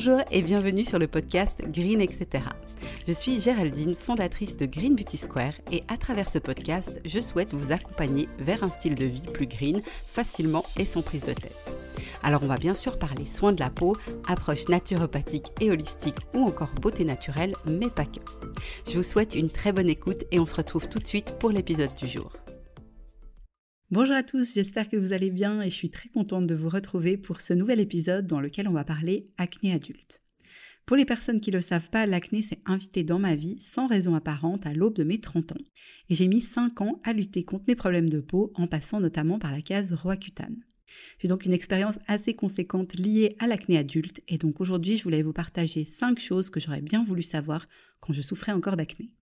Bonjour et bienvenue sur le podcast Green etc. Je suis Géraldine, fondatrice de Green Beauty Square et à travers ce podcast, je souhaite vous accompagner vers un style de vie plus green, facilement et sans prise de tête. Alors on va bien sûr parler soins de la peau, approche naturopathique et holistique ou encore beauté naturelle, mais pas que. Je vous souhaite une très bonne écoute et on se retrouve tout de suite pour l'épisode du jour. Bonjour à tous, j'espère que vous allez bien et je suis très contente de vous retrouver pour ce nouvel épisode dans lequel on va parler acné adulte. Pour les personnes qui ne le savent pas, l'acné s'est invité dans ma vie sans raison apparente à l'aube de mes 30 ans. Et j'ai mis 5 ans à lutter contre mes problèmes de peau en passant notamment par la case Roaccutane. J'ai donc une expérience assez conséquente liée à l'acné adulte et donc aujourd'hui je voulais vous partager 5 choses que j'aurais bien voulu savoir quand je souffrais encore d'acné.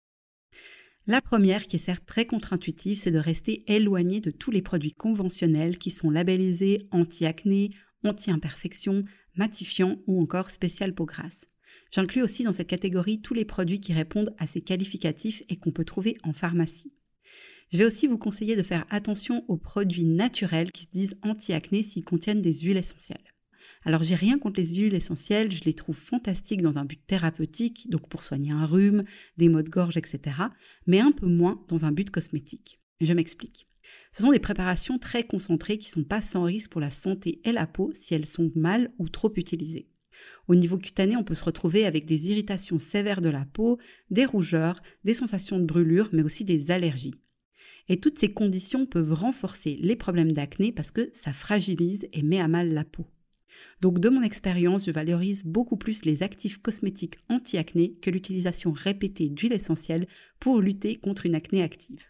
La première, qui est certes très contre-intuitive, c'est de rester éloigné de tous les produits conventionnels qui sont labellisés anti-acné, anti-imperfection, matifiant ou encore spécial peau grasse. J'inclus aussi dans cette catégorie tous les produits qui répondent à ces qualificatifs et qu'on peut trouver en pharmacie. Je vais aussi vous conseiller de faire attention aux produits naturels qui se disent anti-acné s'ils contiennent des huiles essentielles. Alors j'ai rien contre les huiles essentielles, je les trouve fantastiques dans un but thérapeutique, donc pour soigner un rhume, des maux de gorge, etc., mais un peu moins dans un but cosmétique. Je m'explique. Ce sont des préparations très concentrées qui ne sont pas sans risque pour la santé et la peau si elles sont mal ou trop utilisées. Au niveau cutané, on peut se retrouver avec des irritations sévères de la peau, des rougeurs, des sensations de brûlure, mais aussi des allergies. Et toutes ces conditions peuvent renforcer les problèmes d'acné parce que ça fragilise et met à mal la peau. Donc de mon expérience, je valorise beaucoup plus les actifs cosmétiques anti-acné que l'utilisation répétée d'huile essentielle pour lutter contre une acné active.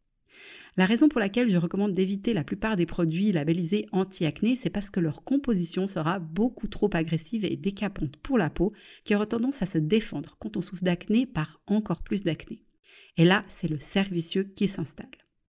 La raison pour laquelle je recommande d'éviter la plupart des produits labellisés anti-acné, c'est parce que leur composition sera beaucoup trop agressive et décapante pour la peau qui aura tendance à se défendre quand on souffre d'acné par encore plus d'acné. Et là, c'est le cercle vicieux qui s'installe.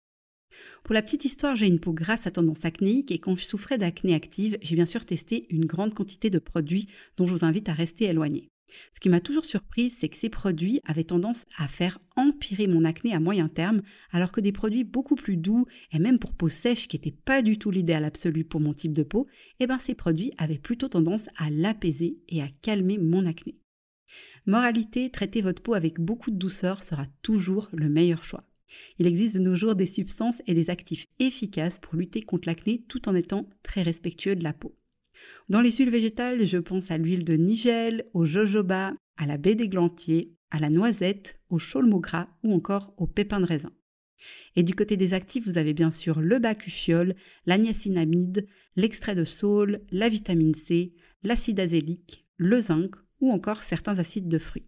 Pour la petite histoire, j'ai une peau grasse à tendance acnéique et quand je souffrais d'acné active, j'ai bien sûr testé une grande quantité de produits dont je vous invite à rester éloigné. Ce qui m'a toujours surprise, c'est que ces produits avaient tendance à faire empirer mon acné à moyen terme, alors que des produits beaucoup plus doux et même pour peau sèche qui n'étaient pas du tout l'idéal absolu pour mon type de peau, ces produits avaient plutôt tendance à l'apaiser et à calmer mon acné. Moralité, traiter votre peau avec beaucoup de douceur sera toujours le meilleur choix. Il existe de nos jours des substances et des actifs efficaces pour lutter contre l'acné tout en étant très respectueux de la peau. Dans les huiles végétales, je pense à l'huile de nigel, au jojoba, à la baie d'églantier, à la noisette, au chaulmeau gras ou encore au pépin de raisin. Et du côté des actifs, vous avez bien sûr le bakuchiol, la niacinamide, l'extrait de saule, la vitamine C, l'acide azélique, le zinc ou encore certains acides de fruits.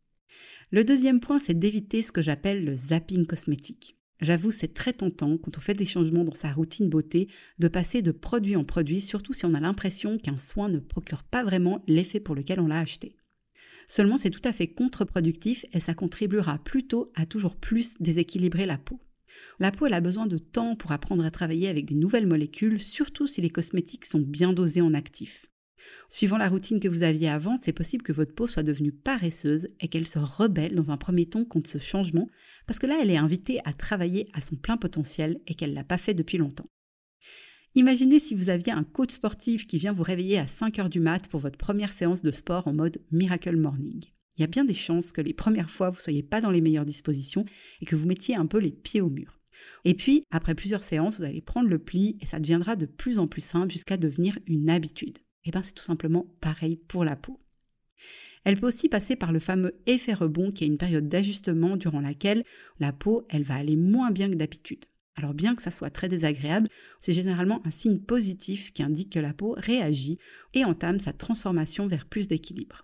Le deuxième point, c'est d'éviter ce que j'appelle le zapping cosmétique. J'avoue, c'est très tentant, quand on fait des changements dans sa routine beauté, de passer de produit en produit, surtout si on a l'impression qu'un soin ne procure pas vraiment l'effet pour lequel on l'a acheté. Seulement, c'est tout à fait contre-productif et ça contribuera plutôt à toujours plus déséquilibrer la peau. La peau, elle a besoin de temps pour apprendre à travailler avec des nouvelles molécules, surtout si les cosmétiques sont bien dosés en actifs. Suivant la routine que vous aviez avant, c'est possible que votre peau soit devenue paresseuse et qu'elle se rebelle dans un premier temps contre ce changement, parce que là, elle est invitée à travailler à son plein potentiel et qu'elle ne l'a pas fait depuis longtemps. Imaginez si vous aviez un coach sportif qui vient vous réveiller à 5h du mat pour votre première séance de sport en mode Miracle Morning. Il y a bien des chances que les premières fois, vous ne soyez pas dans les meilleures dispositions et que vous mettiez un peu les pieds au mur. Et puis, après plusieurs séances, vous allez prendre le pli et ça deviendra de plus en plus simple jusqu'à devenir une habitude. C'est tout simplement pareil pour la peau. Elle peut aussi passer par le fameux effet rebond qui est une période d'ajustement durant laquelle la peau, elle va aller moins bien que d'habitude. Alors bien que ça soit très désagréable, c'est généralement un signe positif qui indique que la peau réagit et entame sa transformation vers plus d'équilibre.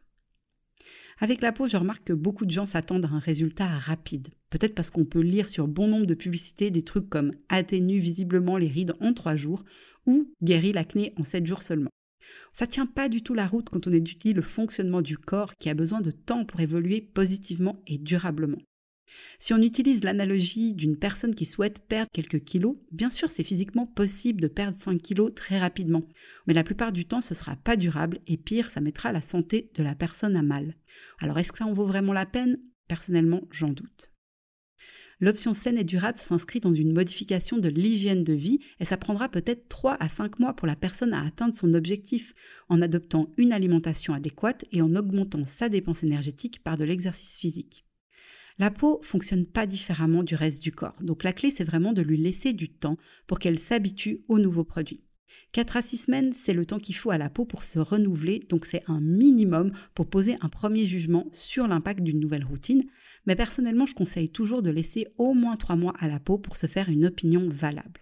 Avec la peau, je remarque que beaucoup de gens s'attendent à un résultat rapide. Peut-être parce qu'on peut lire sur bon nombre de publicités des trucs comme « atténue visiblement les rides en 3 jours » ou « guérit l'acné en 7 jours seulement ». Ça ne tient pas du tout la route quand on étudie le fonctionnement du corps qui a besoin de temps pour évoluer positivement et durablement. Si on utilise l'analogie d'une personne qui souhaite perdre quelques kilos, bien sûr c'est physiquement possible de perdre 5 kilos très rapidement, mais la plupart du temps ce ne sera pas durable et pire, ça mettra la santé de la personne à mal. Alors est-ce que ça en vaut vraiment la peine ? Personnellement, j'en doute. L'option saine et durable, ça s'inscrit dans une modification de l'hygiène de vie et ça prendra peut-être 3 à 5 mois pour la personne à atteindre son objectif en adoptant une alimentation adéquate et en augmentant sa dépense énergétique par de l'exercice physique. La peau fonctionne pas différemment du reste du corps, donc la clé c'est vraiment de lui laisser du temps pour qu'elle s'habitue aux nouveaux produits. 4 à 6 semaines, c'est le temps qu'il faut à la peau pour se renouveler, donc c'est un minimum pour poser un premier jugement sur l'impact d'une nouvelle routine, mais personnellement je conseille toujours de laisser au moins 3 mois à la peau pour se faire une opinion valable.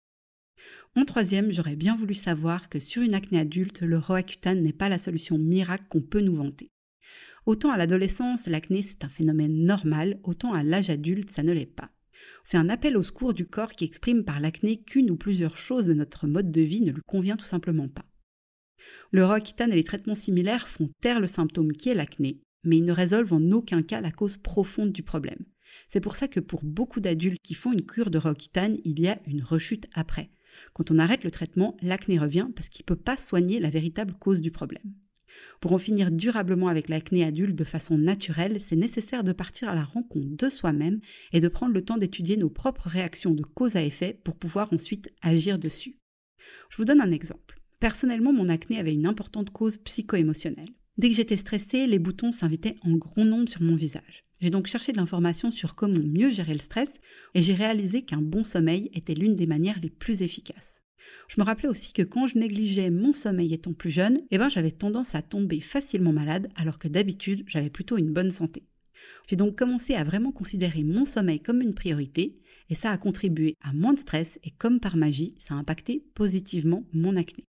En troisième, j'aurais bien voulu savoir que sur une acné adulte, le Roaccutane n'est pas la solution miracle qu'on peut nous vanter. Autant à l'adolescence, l'acné c'est un phénomène normal, autant à l'âge adulte, ça ne l'est pas. C'est un appel au secours du corps qui exprime par l'acné qu'une ou plusieurs choses de notre mode de vie ne lui convient tout simplement pas. Le Roaccutane et les traitements similaires font taire le symptôme qui est l'acné, mais ils ne résolvent en aucun cas la cause profonde du problème. C'est pour ça que pour beaucoup d'adultes qui font une cure de Roaccutane, il y a une rechute après. Quand on arrête le traitement, l'acné revient parce qu'il ne peut pas soigner la véritable cause du problème. Pour en finir durablement avec l'acné adulte de façon naturelle, c'est nécessaire de partir à la rencontre de soi-même et de prendre le temps d'étudier nos propres réactions de cause à effet pour pouvoir ensuite agir dessus. Je vous donne un exemple. Personnellement, mon acné avait une importante cause psycho-émotionnelle. Dès que j'étais stressée, les boutons s'invitaient en grand nombre sur mon visage. J'ai donc cherché de l'information sur comment mieux gérer le stress et j'ai réalisé qu'un bon sommeil était l'une des manières les plus efficaces. Je me rappelais aussi que quand je négligeais mon sommeil étant plus jeune, j'avais tendance à tomber facilement malade alors que d'habitude, j'avais plutôt une bonne santé. J'ai donc commencé à vraiment considérer mon sommeil comme une priorité et ça a contribué à moins de stress et comme par magie, ça a impacté positivement mon acné.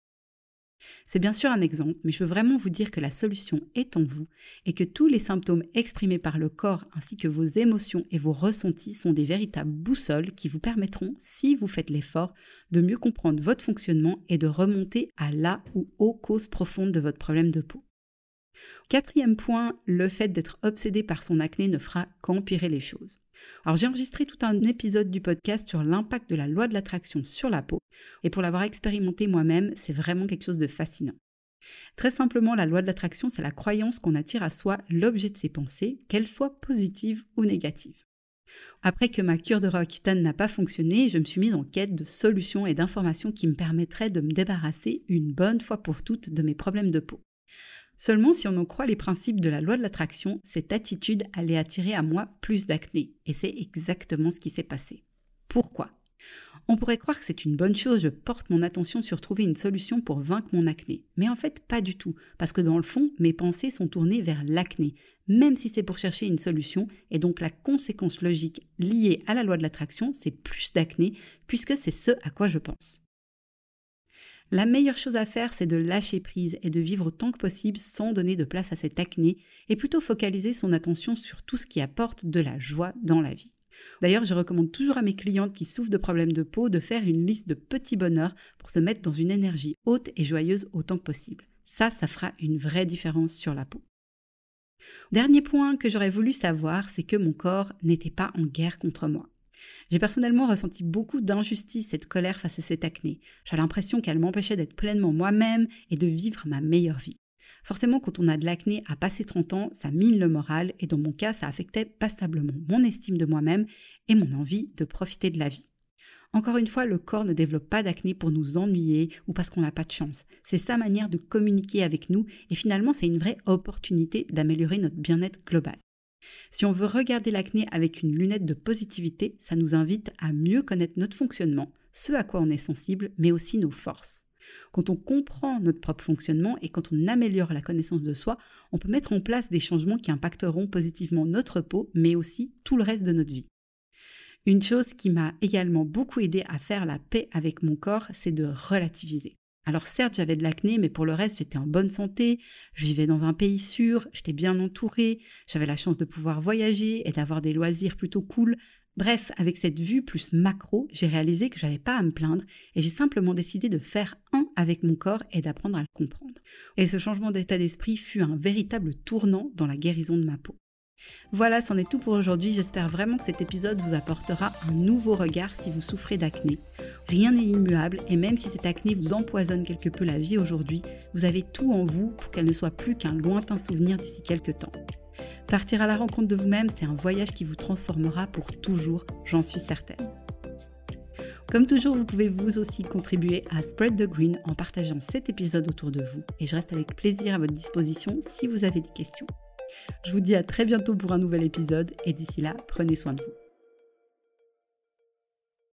C'est bien sûr un exemple, mais je veux vraiment vous dire que la solution est en vous et que tous les symptômes exprimés par le corps ainsi que vos émotions et vos ressentis sont des véritables boussoles qui vous permettront, si vous faites l'effort, de mieux comprendre votre fonctionnement et de remonter à la ou aux causes profondes de votre problème de peau. Quatrième point, le fait d'être obsédé par son acné ne fera qu'empirer les choses. Alors j'ai enregistré tout un épisode du podcast sur l'impact de la loi de l'attraction sur la peau et pour l'avoir expérimenté moi-même, c'est vraiment quelque chose de fascinant. Très simplement, la loi de l'attraction, c'est la croyance qu'on attire à soi l'objet de ses pensées, qu'elles soient positives ou négatives. Après que ma cure de Roaccutane n'a pas fonctionné, je me suis mise en quête de solutions et d'informations qui me permettraient de me débarrasser une bonne fois pour toutes de mes problèmes de peau. Seulement, si on en croit les principes de la loi de l'attraction, cette attitude allait attirer à moi plus d'acné. Et c'est exactement ce qui s'est passé. Pourquoi ? On pourrait croire que c'est une bonne chose, je porte mon attention sur trouver une solution pour vaincre mon acné. Mais en fait, pas du tout, parce que dans le fond, mes pensées sont tournées vers l'acné, même si c'est pour chercher une solution, et donc la conséquence logique liée à la loi de l'attraction, c'est plus d'acné, puisque c'est ce à quoi je pense. La meilleure chose à faire, c'est de lâcher prise et de vivre autant que possible sans donner de place à cette acné et plutôt focaliser son attention sur tout ce qui apporte de la joie dans la vie. D'ailleurs, je recommande toujours à mes clientes qui souffrent de problèmes de peau de faire une liste de petits bonheurs pour se mettre dans une énergie haute et joyeuse autant que possible. Ça fera une vraie différence sur la peau. Dernier point que j'aurais voulu savoir, c'est que mon corps n'était pas en guerre contre moi. J'ai personnellement ressenti beaucoup d'injustice et de colère face à cette acné. J'ai l'impression qu'elle m'empêchait d'être pleinement moi-même et de vivre ma meilleure vie. Forcément, quand on a de l'acné à passer 30 ans, ça mine le moral et dans mon cas, ça affectait passablement mon estime de moi-même et mon envie de profiter de la vie. Encore une fois, le corps ne développe pas d'acné pour nous ennuyer ou parce qu'on n'a pas de chance. C'est sa manière de communiquer avec nous et finalement, c'est une vraie opportunité d'améliorer notre bien-être global. Si on veut regarder l'acné avec une lunette de positivité, ça nous invite à mieux connaître notre fonctionnement, ce à quoi on est sensible, mais aussi nos forces. Quand on comprend notre propre fonctionnement et quand on améliore la connaissance de soi, on peut mettre en place des changements qui impacteront positivement notre peau, mais aussi tout le reste de notre vie. Une chose qui m'a également beaucoup aidé à faire la paix avec mon corps, c'est de relativiser. Alors certes, j'avais de l'acné, mais pour le reste, j'étais en bonne santé, je vivais dans un pays sûr, j'étais bien entourée, j'avais la chance de pouvoir voyager et d'avoir des loisirs plutôt cool. Bref, avec cette vue plus macro, j'ai réalisé que j'avais pas à me plaindre et j'ai simplement décidé de faire un avec mon corps et d'apprendre à le comprendre. Et ce changement d'état d'esprit fut un véritable tournant dans la guérison de ma peau. Voilà, c'en est tout pour aujourd'hui. J'espère vraiment que cet épisode vous apportera un nouveau regard si vous souffrez d'acné. Rien n'est immuable et même si cette acné vous empoisonne quelque peu la vie aujourd'hui, vous avez tout en vous pour qu'elle ne soit plus qu'un lointain souvenir d'ici quelques temps. Partir à la rencontre de vous-même, c'est un voyage qui vous transformera pour toujours, j'en suis certaine. Comme toujours, vous pouvez vous aussi contribuer à Spread the Green en partageant cet épisode autour de vous et je reste avec plaisir à votre disposition si vous avez des questions. Je vous dis à très bientôt pour un nouvel épisode et d'ici là, prenez soin de vous.